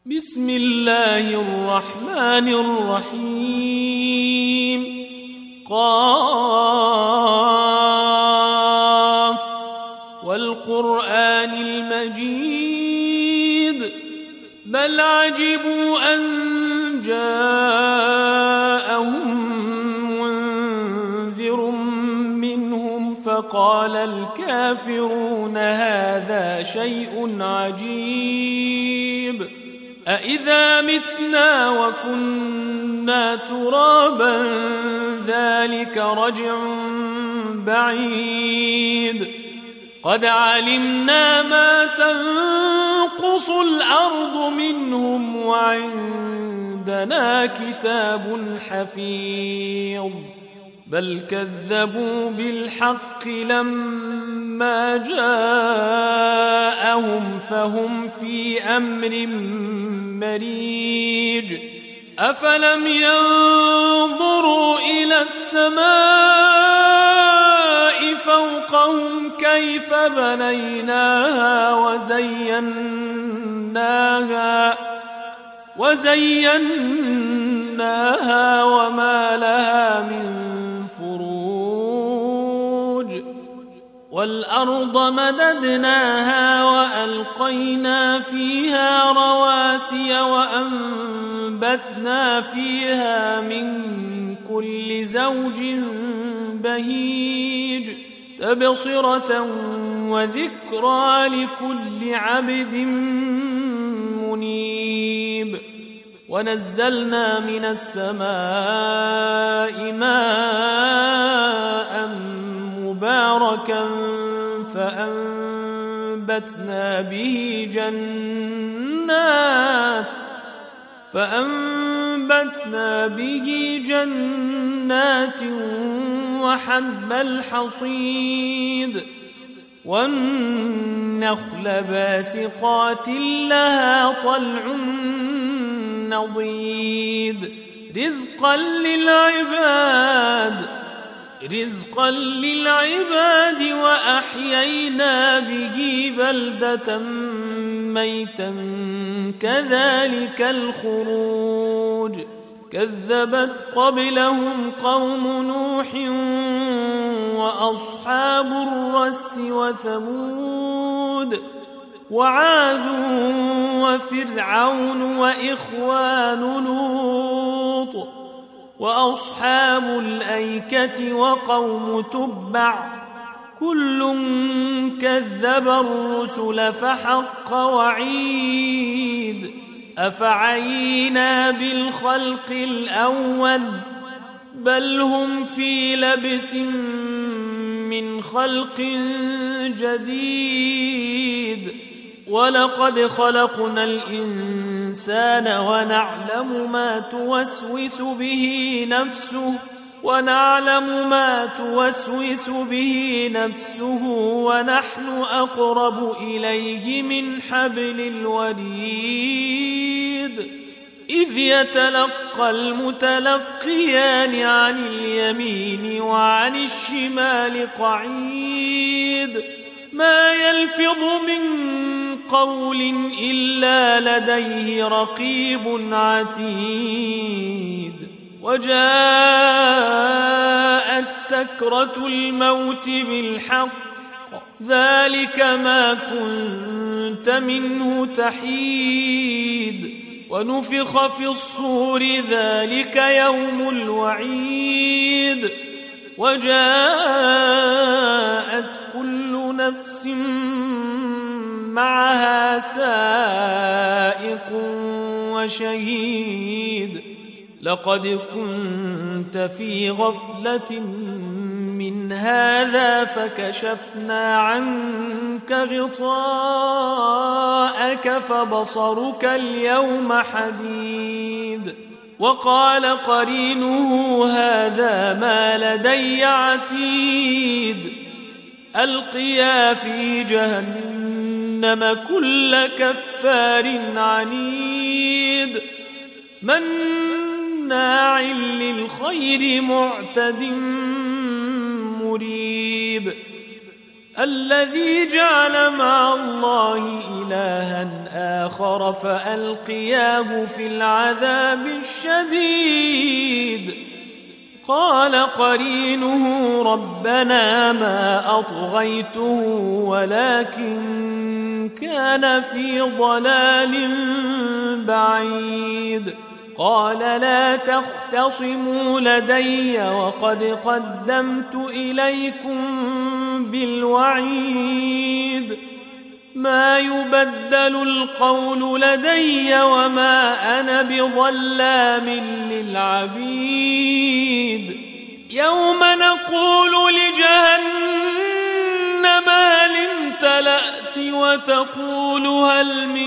بسم الله الرحمن الرحيم. قاف والقرآن المجيد بل عجبوا أن جاءهم منذر منهم فقال الكافرون هذا شيء عجيب أإذا متنا وكنا ترابا ذلك رجع بعيد قد علمنا ما تنقص الأرض منهم وعندنا كتاب حفيظ بل كذبوا بالحق لما جاءهم فهم في أمر مريج أفلم ينظروا إلى السماء فوقهم كيف بنيناها وزيناها وما لها من فروج والأرض مددناها وألقينا فيها رواسي وأنبتنا فيها من كل زوج بهيج تبصرة وذكرى لكل عبد منيب ونزلنا من السماء ماء مباركا فأنبتنا به جنات وحب الحصيد والنخل باسقات لها طلع نضيد رزقا للعباد وأحيينا به بلدة ميتا كذلك الخروج كذبت قبلهم قوم نوح وأصحاب الرس وثمود وعاد وفرعون وإخوان لوط وأصحاب الأيكة وقوم تبع كل كذب الرسل فحق وعيد أفعينا بالخلق الأول بل هم في لبس من خلق جديد ولقد خلقنا الإنسان ونعلم ما توسوس به نفسه ونحن أقرب إليه من حبل الوريد إذ يتلقى المتلقيان عن اليمين وعن الشمال قعيد ما يلفظ من قول إلا لديه رقيب عتيد وجاءت سكرة الموت بالحق ذلك ما كنت منه تحيد ونفخ في الصور ذلك يوم الوعيد وجاءت كل نفس معها سائق وشهيد لقد كنت في غفلة من هذا فكشفنا عنك غطاءك فبصرك اليوم حديد وقال قرينه هذا ما لدي عتيد ألقيا في جهنم كل كفار عنيد مناع للخير معتد مريب الذي جعل مع الله إلها آخر فألقياه في العذاب الشديد قال قرينه ربنا ما أطغيته ولكن كان في ضلال بعيد قال لا تختصموا لدي وقد قدمت إليكم بالوعيد ما يبدل القول لدي وما أنا بظلام للعبيد يوم نقول لجهنم هل امتلأت وتقول هل من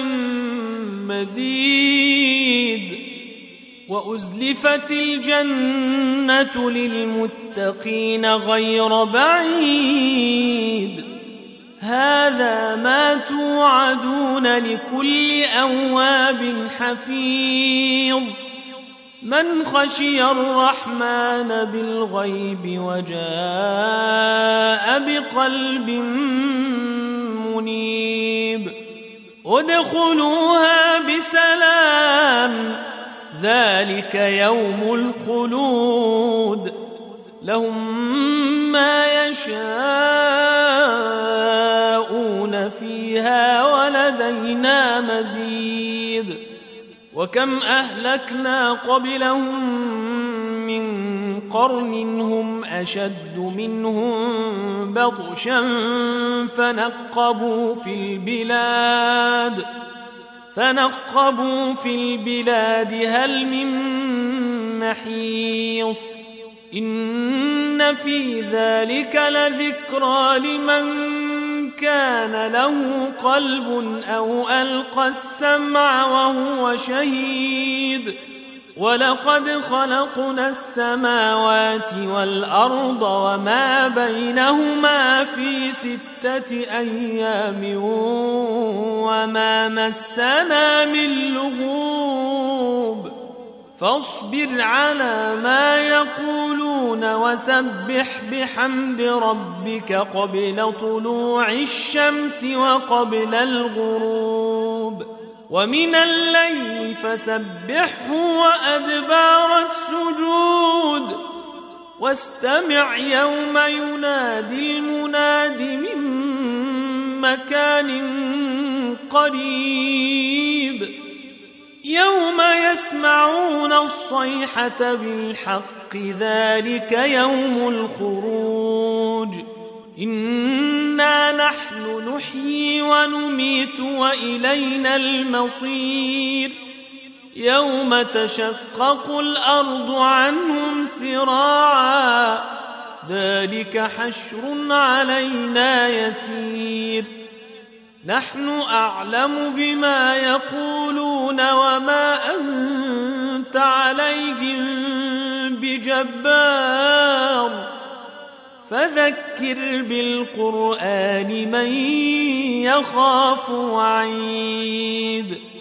مزيد وأزلفت الجنة للمتقين غير بعيد هذا ما توعدون لكل أواب حفيظ من خشي الرحمن بالغيب وجاء بقلب منيب ادخلوها بسلام ذلك يوم الخلود لهم ما يشاءون فيها ولدينا مزيد وكم أهلكنا قبلهم من قرن هم أشد منهم بطشا فنقبوا في البلاد هل من محيص إن في ذلك لذكرى لمن كان له قلب أو ألقى السمع وهو شهيد ولقد خلقنا السماوات والأرض وما بينهما في 6 أيام وما مسنا من لغوب فاصبر على ما يقولون وسبح بحمد ربك قبل طلوع الشمس وقبل الغروب ومن الليل فسبحه وأدبار السجود واستمع يوم ينادي المناد من مكان قريب يوم يسمعون الصيحة بالحق ذلك يوم الخروج إنا نحن نحيي ونميت وإلينا المصير يوم تشقق الأرض عنهم سراعا ذلك حشر علينا يسير نحن أعلم بما يقولون وما أنت عليهم بجبار فذكر بالقرآن من يخاف وعيد